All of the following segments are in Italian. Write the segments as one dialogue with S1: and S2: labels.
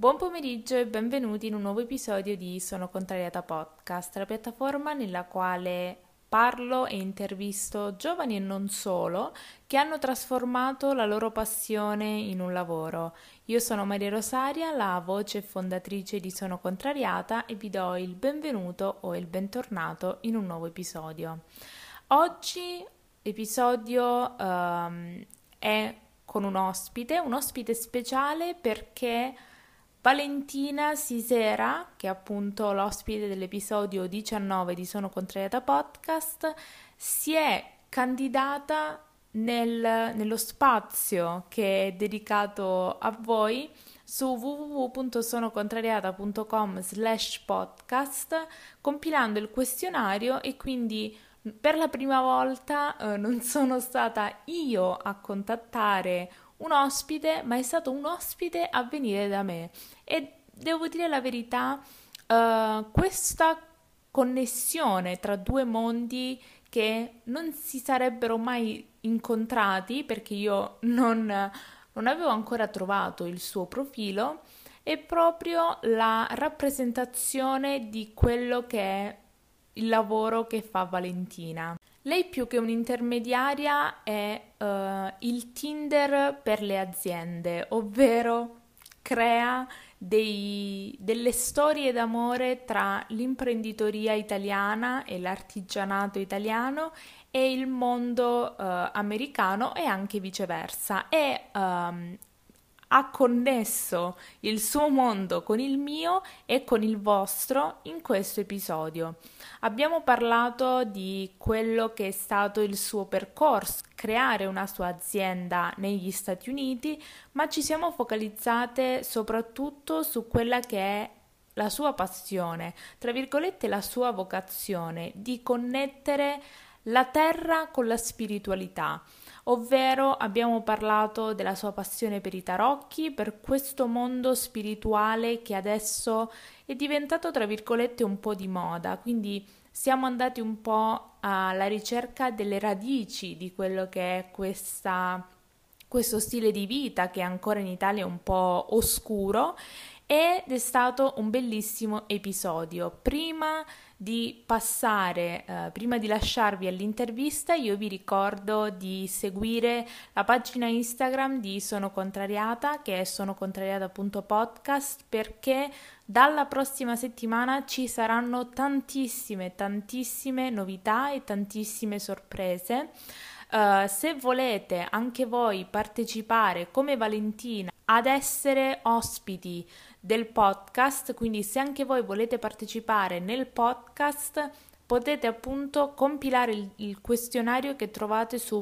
S1: Buon pomeriggio e benvenuti in un nuovo episodio di Sono Contrariata Podcast, la piattaforma nella quale parlo e intervisto giovani e non solo che hanno trasformato la loro passione in un lavoro. Io sono Maria Rosaria, la voce fondatrice di Sono Contrariata e vi do il benvenuto o il bentornato in un nuovo episodio. Oggi l'episodio è con un ospite speciale perché Valentina Sisera, che è appunto l'ospite dell'episodio 19 di Sono Contrariata Podcast, si è candidata nello spazio che è dedicato a voi su www.sonocontrariata.com/podcast, compilando il questionario e quindi per la prima volta non sono stata io a contattare un ospite, ma è stato un ospite a venire da me. E devo dire la verità, questa connessione tra due mondi che non si sarebbero mai incontrati perché io non avevo ancora trovato il suo profilo, è proprio la rappresentazione di quello che è il lavoro che fa Valentina. Lei più che un'intermediaria è il Tinder per le aziende, ovvero crea delle storie d'amore tra l'imprenditoria italiana e l'artigianato italiano e il mondo americano e anche viceversa. Ha connesso il suo mondo con il mio e con il vostro in questo episodio. Abbiamo parlato di quello che è stato il suo percorso, creare una sua azienda negli Stati Uniti, ma ci siamo focalizzate soprattutto su quella che è la sua passione, tra virgolette la sua vocazione di connettere la terra con la spiritualità. Ovvero abbiamo parlato della sua passione per i tarocchi, per questo mondo spirituale che adesso è diventato tra virgolette un po' di moda, quindi siamo andati un po' alla ricerca delle radici di quello che è questo stile di vita che ancora in Italia è un po' oscuro ed è stato un bellissimo episodio. Prima di lasciarvi all'intervista, io vi ricordo di seguire la pagina Instagram di Sono Contrariata, che è sonocontrariata.podcast, perché dalla prossima settimana ci saranno tantissime novità e tantissime sorprese. Se volete anche voi partecipare come Valentina ad essere ospiti del podcast, quindi se anche voi volete partecipare nel podcast potete appunto compilare il questionario che trovate su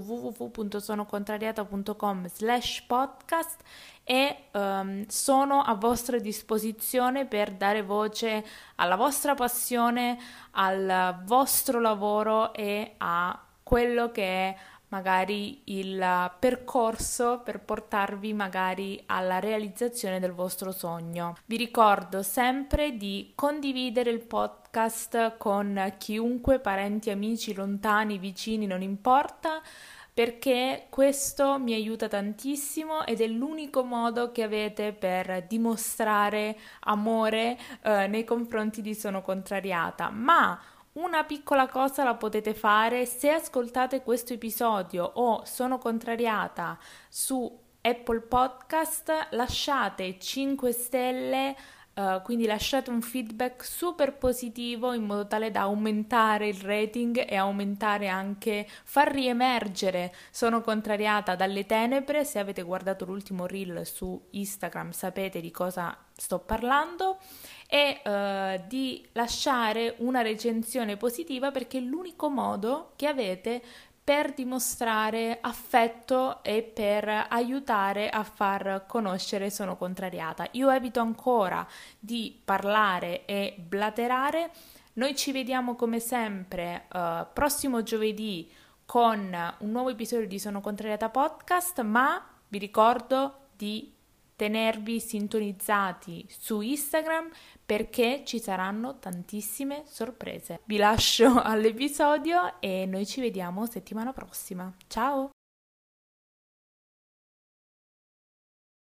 S1: www.sonocontrariata.com/podcast e sono a vostra disposizione per dare voce alla vostra passione, al vostro lavoro e a quello che è magari il percorso per portarvi magari alla realizzazione del vostro sogno. Vi ricordo sempre di condividere il podcast con chiunque, parenti, amici, lontani, vicini, non importa, perché questo mi aiuta tantissimo ed è l'unico modo che avete per dimostrare amore nei confronti di Sono Contrariata. Ma una piccola cosa la potete fare se ascoltate questo episodio o Sono Contrariata su Apple Podcast, lasciate 5 stelle, quindi lasciate un feedback super positivo in modo tale da aumentare il rating e aumentare anche, far riemergere Sono Contrariata dalle tenebre. Se avete guardato l'ultimo reel su Instagram sapete di cosa sto parlando. E di lasciare una recensione positiva perché è l'unico modo che avete per dimostrare affetto e per aiutare a far conoscere Sono Contrariata. Io evito ancora di parlare e blaterare. Noi ci vediamo come sempre prossimo giovedì con un nuovo episodio di Sono Contrariata Podcast, ma vi ricordo di tenervi sintonizzati su Instagram perché ci saranno tantissime sorprese. Vi lascio all'episodio e noi ci vediamo settimana prossima. Ciao!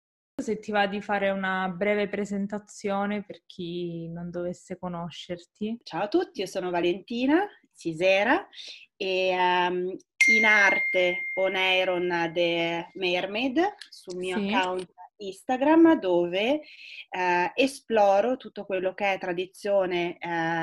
S1: Se ti va di fare una breve presentazione per chi non dovesse conoscerti.
S2: Ciao a tutti, io sono Valentina Sisera e in arte Oneiron de Mermaid sul mio
S1: Sì.
S2: account Instagram dove esploro tutto quello che è tradizione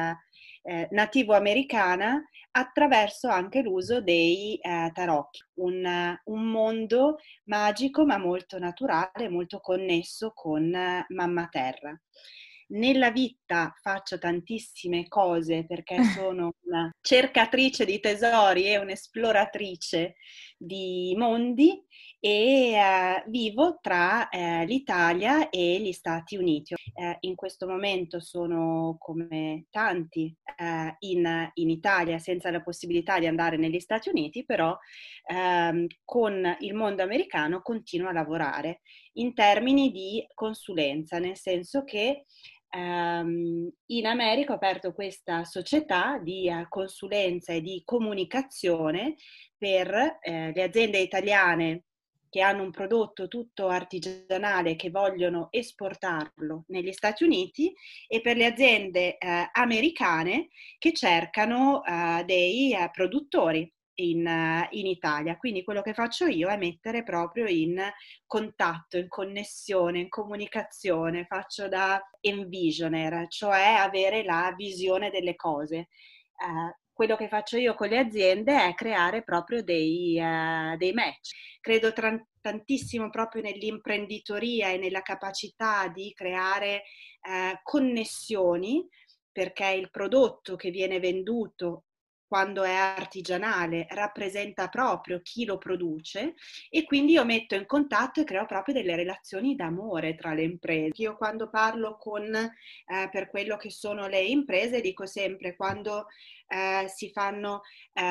S2: nativo americana attraverso anche l'uso dei tarocchi, un mondo magico ma molto naturale, molto connesso con Mamma Terra. Nella vita faccio tantissime cose perché sono una cercatrice di tesori e un'esploratrice di mondi e vivo tra l'Italia e gli Stati Uniti. In questo momento sono come tanti in Italia senza la possibilità di andare negli Stati Uniti, però con il mondo americano continuo a lavorare in termini di consulenza, nel senso che in America ho aperto questa società di consulenza e di comunicazione per le aziende italiane che hanno un prodotto tutto artigianale che vogliono esportarlo negli Stati Uniti e per le aziende americane che cercano dei produttori in Italia. Quindi quello che faccio io è mettere proprio in contatto, in connessione, in comunicazione, faccio da envisioner, cioè avere la visione delle cose. Quello che faccio io con le aziende è creare proprio dei match. Credo tantissimo proprio nell'imprenditoria e nella capacità di creare connessioni, perché il prodotto che viene venduto quando è artigianale rappresenta proprio chi lo produce e quindi io metto in contatto e creo proprio delle relazioni d'amore tra le imprese. Io quando parlo per quello che sono le imprese dico sempre quando si fanno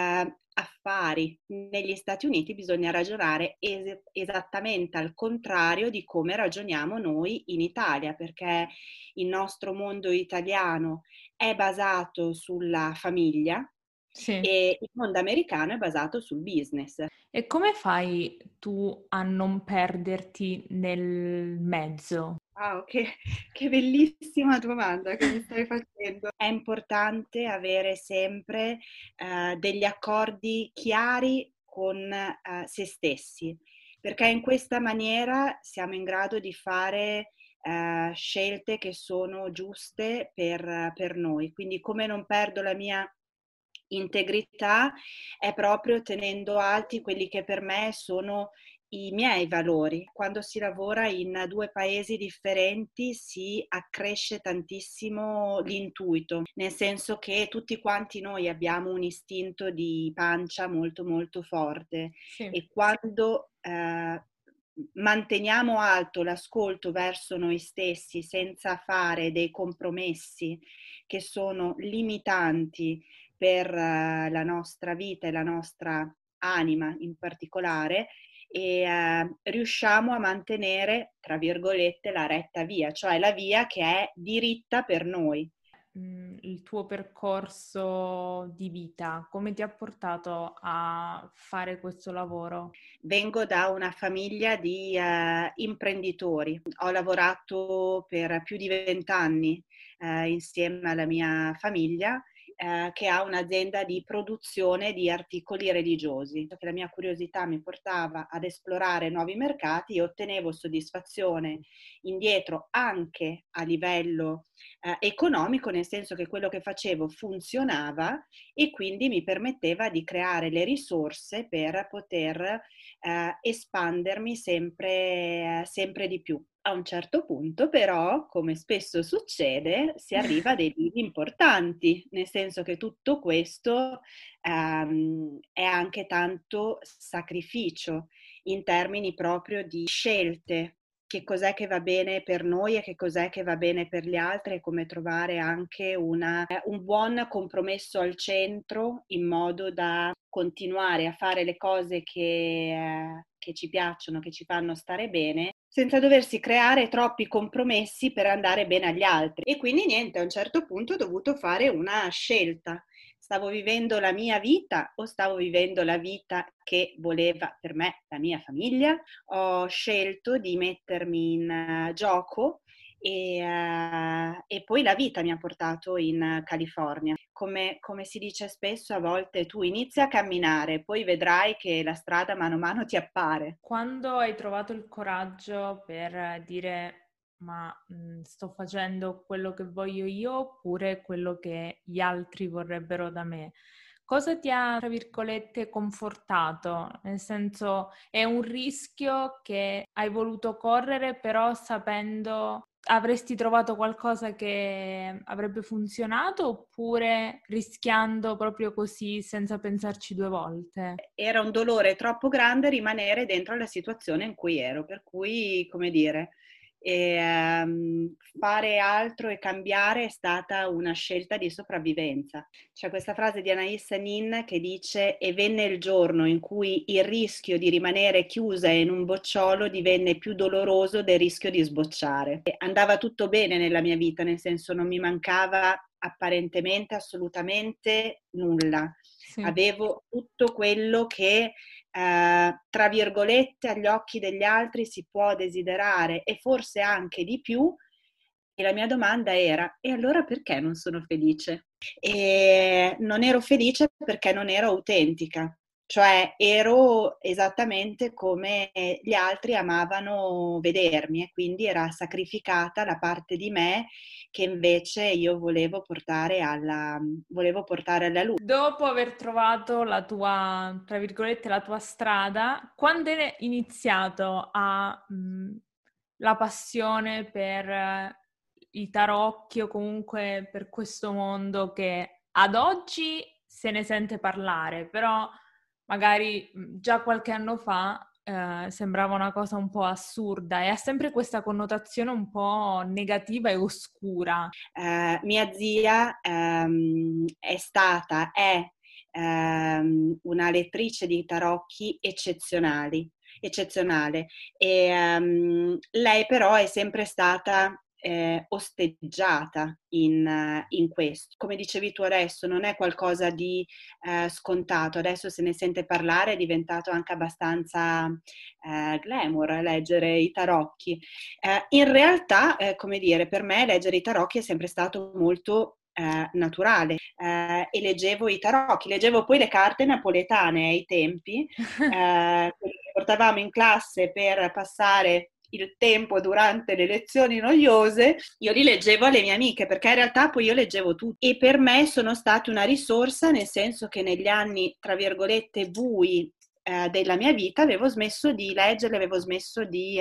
S2: affari negli Stati Uniti bisogna ragionare esattamente al contrario di come ragioniamo noi in Italia, perché il nostro mondo italiano è basato sulla famiglia
S1: Sì.
S2: e il mondo americano è basato sul business.
S1: E come fai tu a non perderti nel mezzo?
S2: Wow, che bellissima domanda che mi stai facendo. È importante avere sempre degli accordi chiari con se stessi, perché in questa maniera siamo in grado di fare scelte che sono giuste per noi. Quindi come non perdo la mia integrità è proprio tenendo alti quelli che per me sono i miei valori. Quando si lavora in due paesi differenti si accresce tantissimo l'intuito, nel senso che tutti quanti noi abbiamo un istinto di pancia molto molto forte
S1: Sì.
S2: e quando manteniamo alto l'ascolto verso noi stessi senza fare dei compromessi che sono limitanti per la nostra vita e la nostra anima in particolare e riusciamo a mantenere, tra virgolette, la retta via, cioè la via che è diritta per noi.
S1: Il tuo percorso di vita, come ti ha portato a fare questo lavoro?
S2: Vengo da una famiglia di imprenditori. Ho lavorato per più di 20 anni insieme alla mia famiglia che ha un'azienda di produzione di articoli religiosi. La mia curiosità mi portava ad esplorare nuovi mercati e ottenevo soddisfazione indietro anche a livello economico, nel senso che quello che facevo funzionava e quindi mi permetteva di creare le risorse per poter espandermi sempre di più. A un certo punto però, come spesso succede, si arriva a dei limiti importanti, nel senso che tutto questo è anche tanto sacrificio in termini proprio di scelte. Che cos'è che va bene per noi e che cos'è che va bene per gli altri e come trovare anche un buon compromesso al centro in modo da continuare a fare le cose che ci piacciono, che ci fanno stare bene, senza doversi creare troppi compromessi per andare bene agli altri. E quindi niente, a un certo punto ho dovuto fare una scelta, Stavo vivendo la mia vita o stavo vivendo la vita che voleva per me la mia famiglia? Ho scelto di mettermi in gioco e poi la vita mi ha portato in California. Come si dice spesso, a volte tu inizi a camminare, poi vedrai che la strada mano a mano ti appare.
S1: Quando hai trovato il coraggio per dire ma sto facendo quello che voglio io oppure quello che gli altri vorrebbero da me? Cosa ti ha, tra virgolette, confortato? Nel senso, è un rischio che hai voluto correre, però sapendo avresti trovato qualcosa che avrebbe funzionato oppure rischiando proprio così senza pensarci due volte?
S2: Era un dolore troppo grande rimanere dentro la situazione in cui ero, per cui, come dire, fare altro e cambiare è stata una scelta di sopravvivenza. C'è questa frase di Anais Nin che dice: e venne il giorno in cui il rischio di rimanere chiusa in un bocciolo divenne più doloroso del rischio di sbocciare. E andava tutto bene nella mia vita, nel senso non mi mancava apparentemente assolutamente nulla.
S1: Sì.
S2: Avevo tutto quello che tra virgolette agli occhi degli altri si può desiderare e forse anche di più. E la mia domanda era: e allora perché non sono felice? E non ero felice perché non ero autentica, cioè ero esattamente come gli altri amavano vedermi e quindi era sacrificata la parte di me che invece io volevo portare alla luce.
S1: Dopo aver trovato la tua, tra virgolette, la tua strada, quando è iniziato la passione per i tarocchi o comunque per questo mondo che ad oggi se ne sente parlare, però magari già qualche anno fa sembrava una cosa un po' assurda e ha sempre questa connotazione un po' negativa e oscura.
S2: Mia zia è una lettrice di tarocchi eccezionale e lei però è sempre stata osteggiata in questo. Come dicevi tu adesso, non è qualcosa di scontato, adesso se ne sente parlare, è diventato anche abbastanza glamour leggere i tarocchi. In realtà, come dire, per me leggere i tarocchi è sempre stato molto naturale e leggevo i tarocchi, leggevo poi le carte napoletane ai tempi, quelle che portavamo in classe per passare il tempo durante le lezioni noiose, io li leggevo alle mie amiche perché in realtà poi io leggevo tutto e per me sono stati una risorsa nel senso che negli anni tra virgolette bui della mia vita avevo smesso di leggerli, avevo smesso di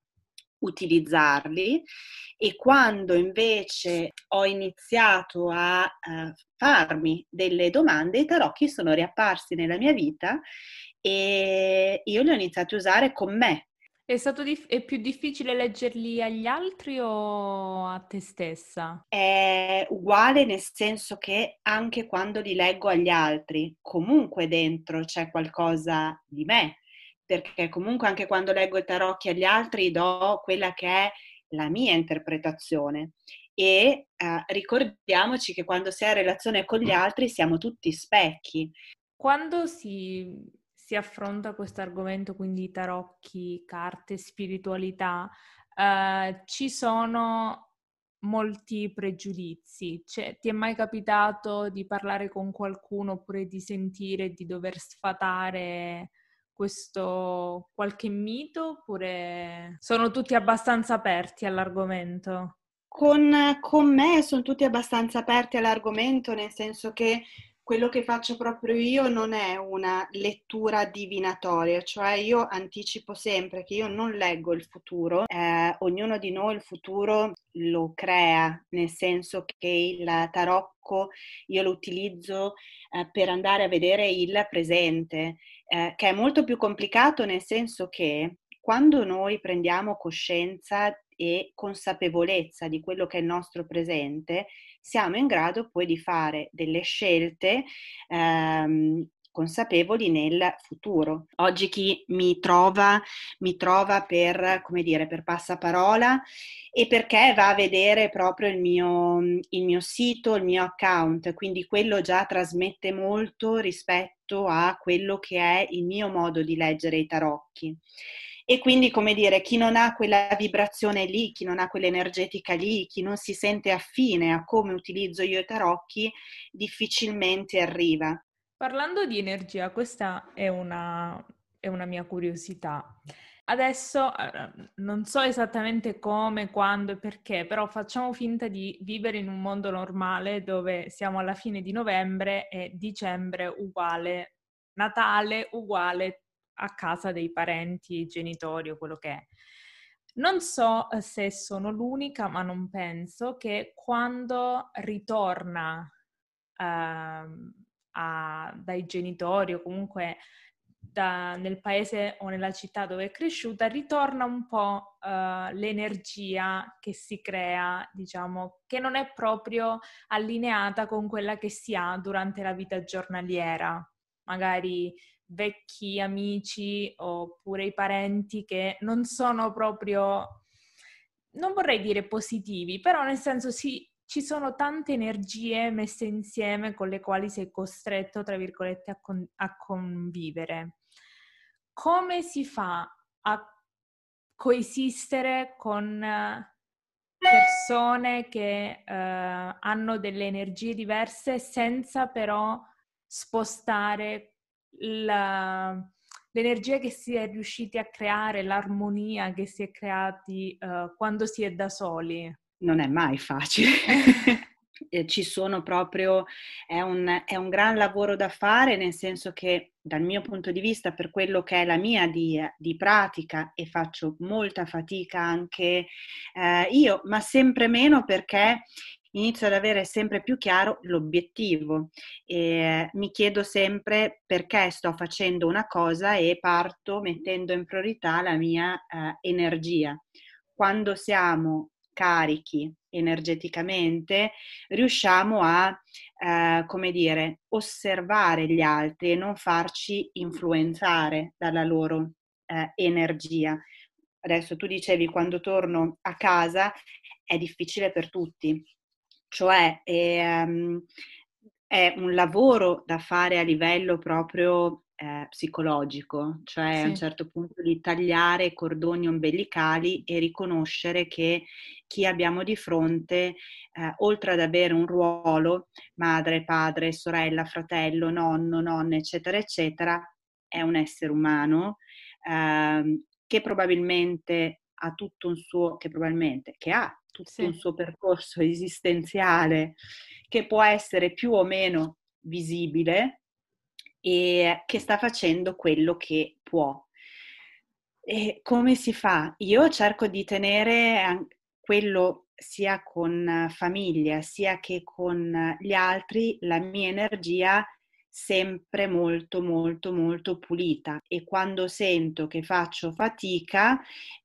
S2: utilizzarli e quando invece ho iniziato a farmi delle domande, i tarocchi sono riapparsi nella mia vita e io li ho iniziati a usare con me.
S1: È più difficile leggerli agli altri o a te stessa?
S2: È uguale nel senso che anche quando li leggo agli altri, comunque dentro c'è qualcosa di me, perché comunque anche quando leggo i tarocchi agli altri do quella che è la mia interpretazione e ricordiamoci che quando si è in relazione con gli altri siamo tutti specchi.
S1: Quando si affronta questo argomento, quindi tarocchi, carte, spiritualità, ci sono molti pregiudizi. Cioè, ti è mai capitato di parlare con qualcuno oppure di sentire di dover sfatare questo qualche mito oppure sono tutti abbastanza aperti all'argomento?
S2: Con me sono tutti abbastanza aperti all'argomento, nel senso che quello che faccio proprio io non è una lettura divinatoria, cioè io anticipo sempre che io non leggo il futuro, ognuno di noi il futuro lo crea, nel senso che il tarocco io lo utilizzo per andare a vedere il presente, che è molto più complicato nel senso che quando noi prendiamo coscienza e consapevolezza di quello che è il nostro presente, siamo in grado poi di fare delle scelte consapevoli nel futuro. Oggi chi mi trova per, come dire, per passaparola e perché va a vedere proprio il mio sito, il mio account, quindi quello già trasmette molto rispetto a quello che è il mio modo di leggere i tarocchi. E quindi, come dire, chi non ha quella vibrazione lì, chi non ha quell'energetica lì, chi non si sente affine a come utilizzo io i tarocchi, difficilmente arriva.
S1: Parlando di energia, questa è una mia curiosità. Adesso non so esattamente come, quando e perché, però facciamo finta di vivere in un mondo normale dove siamo alla fine di novembre e dicembre uguale, Natale uguale a casa dei parenti, genitori o quello che è. Non so se sono l'unica, ma non penso che quando ritorna dai genitori o comunque nel paese o nella città dove è cresciuta, ritorna un po' l'energia che si crea, diciamo, che non è proprio allineata con quella che si ha durante la vita giornaliera. Magari vecchi amici oppure i parenti che non sono proprio, non vorrei dire positivi, però nel senso ci sono tante energie messe insieme con le quali sei costretto, tra virgolette, a convivere. Come si fa a coesistere con persone che hanno delle energie diverse senza però spostare l'energia che si è riusciti a creare, l'armonia che si è creati quando si è da soli?
S2: Non è mai facile. Ci sono proprio, è un gran lavoro da fare, nel senso che dal mio punto di vista, per quello che è la mia di pratica, e faccio molta fatica anche io, ma sempre meno perché inizio ad avere sempre più chiaro l'obiettivo. E mi chiedo sempre perché sto facendo una cosa e parto mettendo in priorità la mia energia. Quando siamo carichi energeticamente, riusciamo a, come dire, osservare gli altri e non farci influenzare dalla loro energia. Adesso tu dicevi quando torno a casa è difficile per tutti, cioè è un lavoro da fare a livello proprio psicologico, cioè a un
S1: Sì,
S2: certo punto di tagliare i cordoni ombelicali e riconoscere che chi abbiamo di fronte, oltre ad avere un ruolo, madre, padre, sorella, fratello, nonno, nonna, eccetera, eccetera, è un essere umano che probabilmente ha tutto un suo, che ha tutto un
S1: sì.
S2: suo percorso esistenziale che può essere più o meno visibile e che sta facendo quello che può. E come si fa? Io cerco di tenere quello sia con famiglia sia che con gli altri, la mia energia sempre molto molto molto pulita, e quando sento che faccio fatica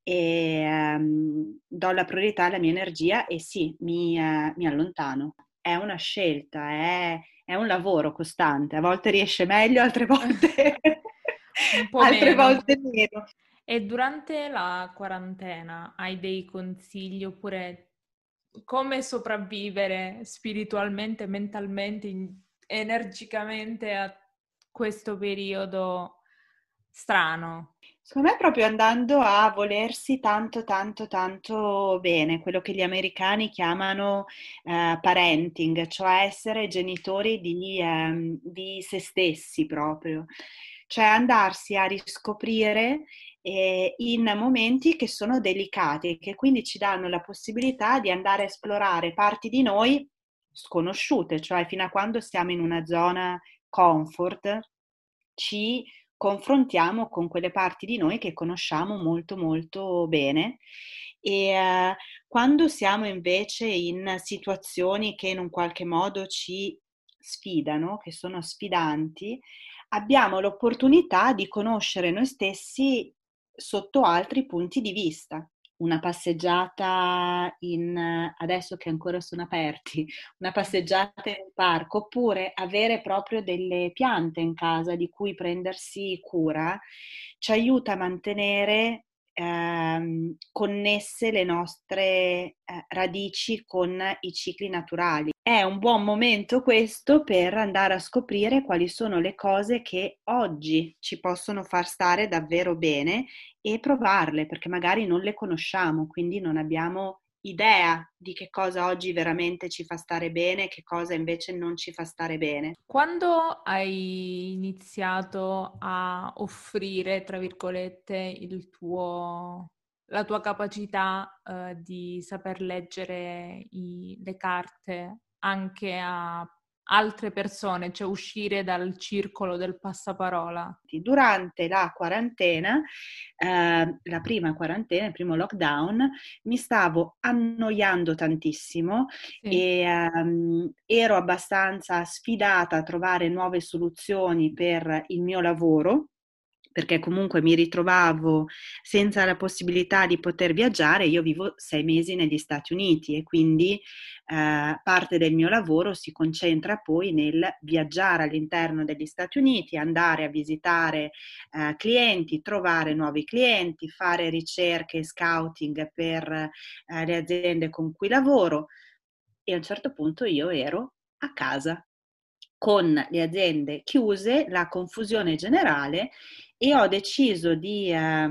S2: do la priorità alla mia energia e sì, mi allontano. È una scelta, è un lavoro costante, a volte riesce meglio, altre volte,
S1: Un po'
S2: altre
S1: meno.
S2: volte meno.
S1: E durante la quarantena hai dei consigli oppure come sopravvivere spiritualmente, mentalmente, energicamente a questo periodo strano?
S2: Secondo me proprio andando a volersi tanto, tanto, tanto bene, quello che gli americani chiamano parenting, cioè essere genitori di se stessi proprio, cioè andarsi a riscoprire in momenti che sono delicati e che quindi ci danno la possibilità di andare a esplorare parti di noi sconosciute, cioè fino a quando stiamo in una zona comfort, ci confrontiamo con quelle parti di noi che conosciamo molto molto bene e quando siamo invece in situazioni che in un qualche modo ci sfidano, che sono sfidanti, abbiamo l'opportunità di conoscere noi stessi sotto altri punti di vista. una passeggiata adesso che ancora sono aperti, una passeggiata in un parco, oppure avere proprio delle piante in casa di cui prendersi cura, ci aiuta a mantenere connesse le nostre radici con i cicli naturali. È un buon momento questo per andare a scoprire quali sono le cose che oggi ci possono far stare davvero bene e provarle, perché magari non le conosciamo, quindi non abbiamo idea di che cosa oggi veramente ci fa stare bene e che cosa invece non ci fa stare bene.
S1: Quando hai iniziato a offrire, tra virgolette, la tua capacità, di saper leggere le carte anche a altre persone, cioè uscire dal circolo del passaparola?
S2: Durante la quarantena, la prima quarantena, il primo lockdown, mi stavo annoiando tantissimo
S1: Sì.
S2: e ero abbastanza sfidata a trovare nuove soluzioni per il mio lavoro, perché comunque mi ritrovavo senza la possibilità di poter viaggiare. Io vivo 6 mesi negli Stati Uniti e quindi parte del mio lavoro si concentra poi nel viaggiare all'interno degli Stati Uniti, andare a visitare clienti, trovare nuovi clienti, fare ricerche e scouting per le aziende con cui lavoro, e a un certo punto io ero a casa con le aziende chiuse, la confusione generale, e ho deciso di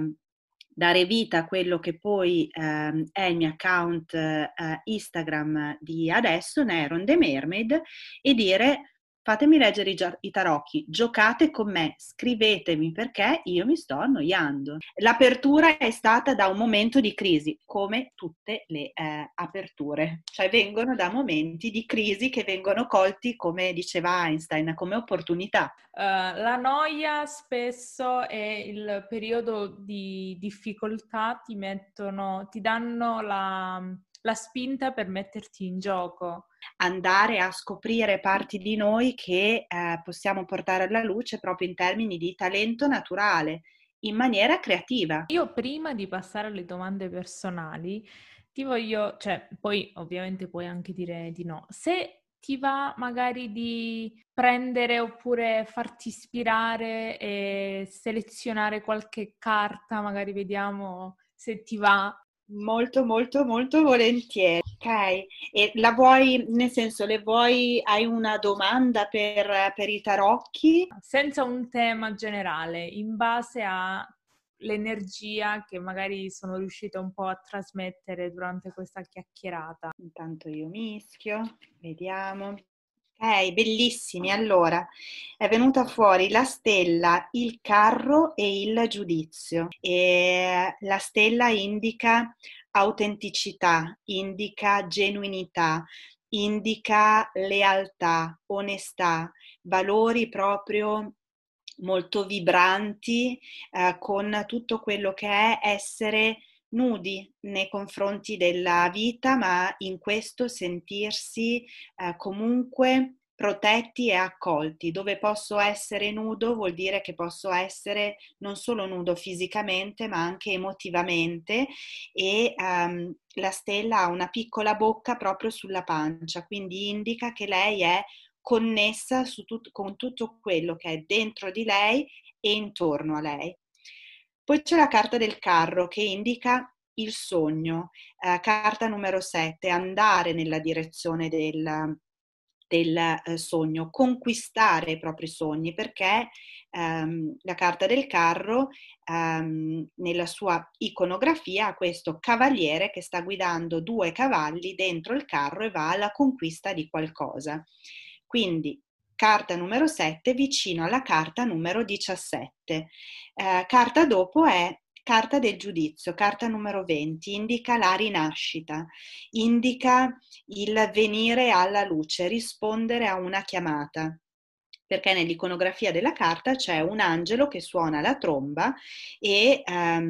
S2: dare vita a quello che poi è il mio account Instagram di adesso, Neron the Mermaid, e dire: fatemi leggere i tarocchi, giocate con me, scrivetemi perché io mi sto annoiando. L'apertura è stata da un momento di crisi, come tutte le aperture, cioè vengono da momenti di crisi che vengono colti, come diceva Einstein, come opportunità.
S1: La noia spesso e il periodo di difficoltà ti danno la spinta per metterti in gioco.
S2: Andare a scoprire parti di noi che possiamo portare alla luce proprio in termini di talento naturale, in maniera creativa.
S1: Io prima di passare alle domande personali, cioè poi ovviamente puoi anche dire di no, se ti va magari di prendere oppure farti ispirare e selezionare qualche carta, magari vediamo se ti va.
S2: Molto, molto, molto volentieri. Ok, e la vuoi, nel senso, hai una domanda per i tarocchi?
S1: Senza un tema generale, in base all'energia che magari sono riuscita un po' a trasmettere durante questa chiacchierata.
S2: Intanto io mischio, vediamo. Ok, bellissimi. Allora, è venuta fuori la stella, il carro e il giudizio. E la stella indica autenticità, indica genuinità, indica lealtà, onestà, valori proprio molto vibranti, con tutto quello che è essere nudi nei confronti della vita, ma in questo sentirsi comunque protetti e accolti. Dove posso essere nudo vuol dire che posso essere non solo nudo fisicamente, ma anche emotivamente, e la stella ha una piccola bocca proprio sulla pancia, quindi indica che lei è connessa con tutto quello che è dentro di lei e intorno a lei. Poi c'è la carta del carro che indica il sogno, carta numero 7, andare nella direzione del sogno, conquistare i propri sogni, perché la carta del carro nella sua iconografia ha questo cavaliere che sta guidando 2 cavalli dentro il carro e va alla conquista di qualcosa. Quindi carta numero 7 vicino alla carta numero 17. Carta dopo è carta del giudizio, carta numero 20, indica la rinascita, indica il venire alla luce, rispondere a una chiamata, perché nell'iconografia della carta c'è un angelo che suona la tromba e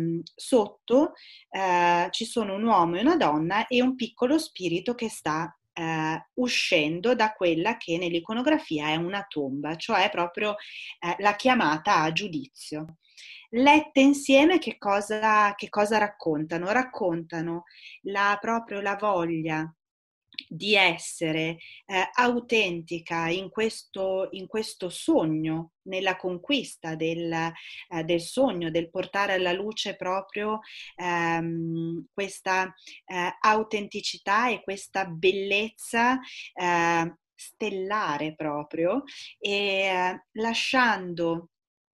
S2: sotto ci sono un uomo e una donna e un piccolo spirito che sta uscendo da quella che nell'iconografia è una tomba, cioè proprio la chiamata a giudizio. Lette insieme che cosa raccontano? Raccontano proprio la voglia di essere autentica in questo sogno, nella conquista del sogno, del portare alla luce proprio questa autenticità e questa bellezza stellare proprio, e lasciando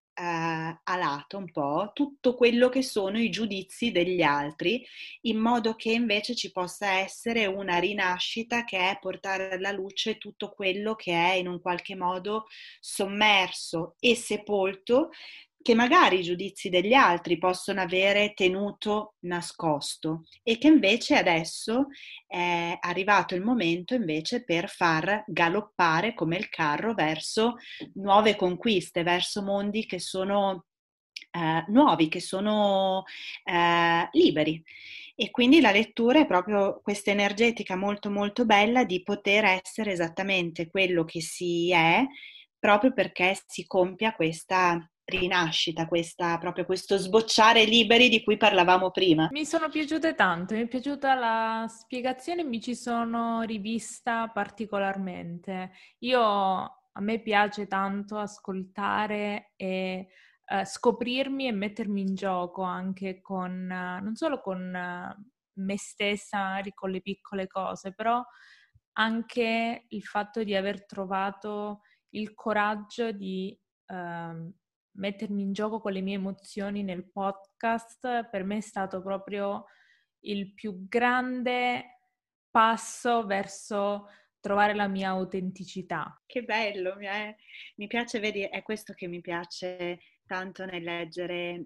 S2: a lato un po' tutto quello che sono i giudizi degli altri, in modo che invece ci possa essere una rinascita che è portare alla luce tutto quello che è in un qualche modo sommerso e sepolto, che magari i giudizi degli altri possono avere tenuto nascosto e che invece adesso è arrivato il momento invece per far galoppare come il carro verso nuove conquiste, verso mondi che sono nuovi, che sono liberi. E quindi la lettura è proprio questa energetica molto molto bella di poter essere esattamente quello che si è, proprio perché si compia questa rinascita, proprio questo sbocciare liberi di cui parlavamo prima.
S1: Mi sono piaciute tanto, mi è piaciuta la spiegazione e mi ci sono rivista particolarmente. A me piace tanto ascoltare e scoprirmi e mettermi in gioco anche non solo con me stessa, magari con le piccole cose, però anche il fatto di aver trovato il coraggio di mettermi in gioco con le mie emozioni nel podcast, per me è stato proprio il più grande passo verso trovare la mia autenticità.
S2: Che bello, mi piace, vedi, è questo che mi piace tanto nel leggere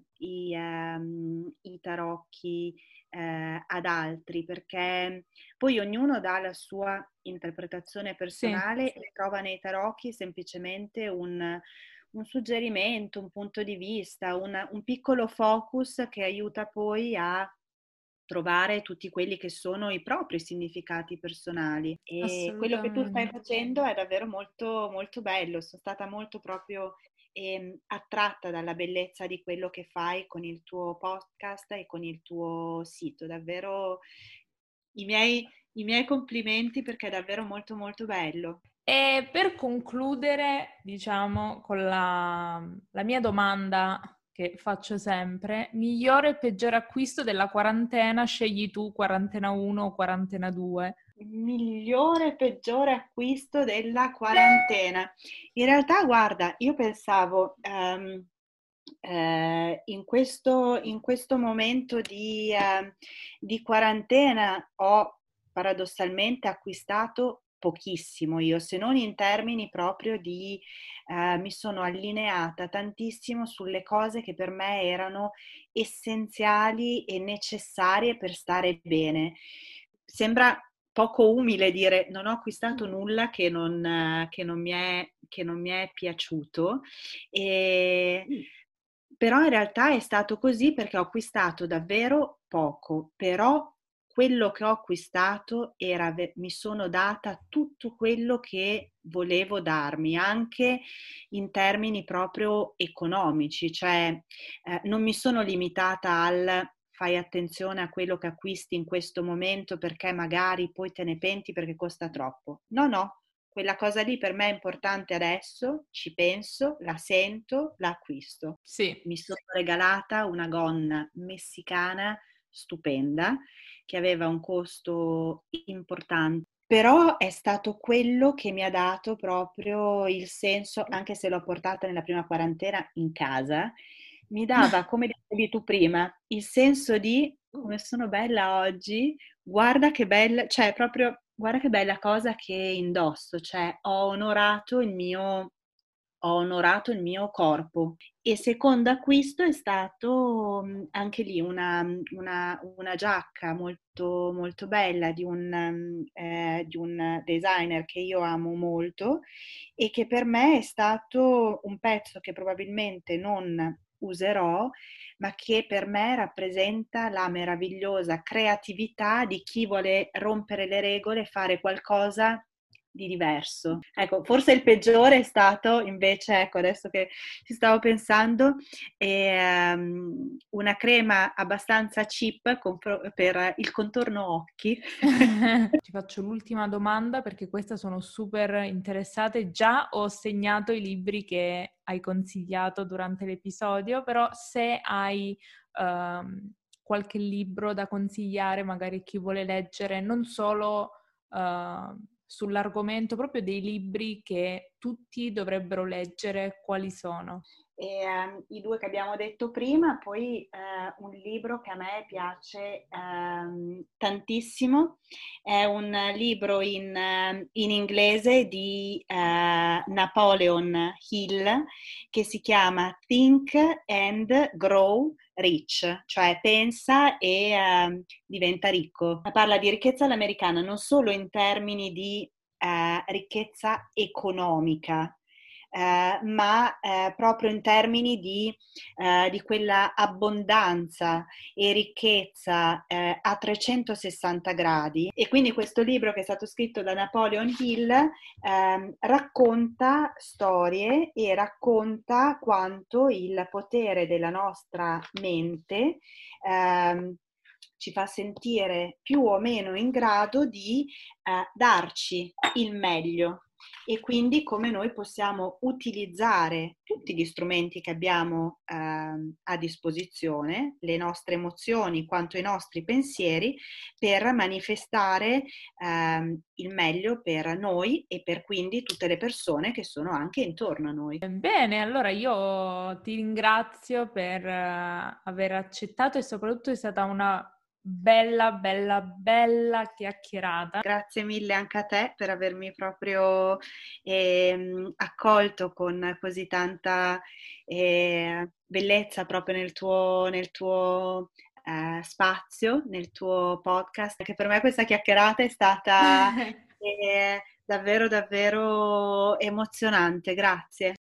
S2: i tarocchi ad altri, perché poi ognuno dà la sua interpretazione
S1: Sì,
S2: personale e trova nei tarocchi semplicemente un suggerimento, un punto di vista, un piccolo focus che aiuta poi a trovare tutti quelli che sono i propri significati personali. E quello che tu stai
S1: assolutamente.
S2: facendo è davvero molto, molto bello. Sono stata molto proprio attratta dalla bellezza di quello che fai con il tuo podcast e con il tuo sito. Davvero i miei complimenti, perché è davvero molto, molto bello.
S1: E per concludere, diciamo, con la mia domanda che faccio sempre, migliore e peggiore acquisto della quarantena, scegli tu, quarantena 1 o quarantena 2?
S2: Il migliore e peggiore acquisto della quarantena. In realtà, guarda, io pensavo in questo momento di quarantena ho paradossalmente acquistato pochissimo io, se non in termini proprio mi sono allineata tantissimo sulle cose che per me erano essenziali e necessarie per stare bene. Sembra poco umile dire non ho acquistato nulla che non mi è piaciuto, e, però in realtà è stato così perché ho acquistato davvero poco, però quello che ho acquistato mi sono data tutto quello che volevo darmi, anche in termini proprio economici, cioè non mi sono limitata al fai attenzione a quello che acquisti in questo momento perché magari poi te ne penti perché costa troppo. No, no, quella cosa lì per me è importante adesso, ci penso, la sento, la acquisto.
S1: Sì.
S2: Mi sono regalata una gonna messicana stupenda che aveva un costo importante, però è stato quello che mi ha dato proprio il senso, anche se l'ho portata nella prima quarantena in casa, mi dava, come dicevi tu prima, il senso di come sono bella oggi, guarda che bella, cioè proprio guarda che bella cosa che indosso, cioè ho onorato il mio corpo. E secondo acquisto è stato anche lì una giacca molto, molto bella di un designer che io amo molto e che per me è stato un pezzo che probabilmente non userò, ma che per me rappresenta la meravigliosa creatività di chi vuole rompere le regole e fare qualcosa di diverso. Ecco, forse il peggiore è stato invece, ecco, adesso che ci stavo pensando, una crema abbastanza cheap per il contorno occhi.
S1: Ti faccio l'ultima domanda perché questa sono super interessate. Già ho segnato i libri che hai consigliato durante l'episodio, però se hai qualche libro da consigliare, magari chi vuole leggere, non solo sull'argomento, proprio dei libri che tutti dovrebbero leggere, quali sono?
S2: I due che abbiamo detto prima, poi un libro che a me piace tantissimo, è un libro in inglese di Napoleon Hill che si chiama Think and Grow Rich, cioè pensa e diventa ricco. Parla di ricchezza all'americana non solo in termini di ricchezza economica, ma proprio in termini di quella abbondanza e ricchezza a 360 gradi. E quindi questo libro, che è stato scritto da Napoleon Hill, racconta storie e racconta quanto il potere della nostra mente ci fa sentire più o meno in grado di darci il meglio, e quindi come noi possiamo utilizzare tutti gli strumenti che abbiamo a disposizione, le nostre emozioni quanto i nostri pensieri, per manifestare il meglio per noi e per quindi tutte le persone che sono anche intorno a noi.
S1: Bene, allora io ti ringrazio per aver accettato e soprattutto è stata una bella, bella, bella chiacchierata.
S2: Grazie mille anche a te per avermi proprio accolto con così tanta bellezza proprio nel tuo spazio, nel tuo podcast, che per me questa chiacchierata è stata davvero, davvero emozionante. Grazie.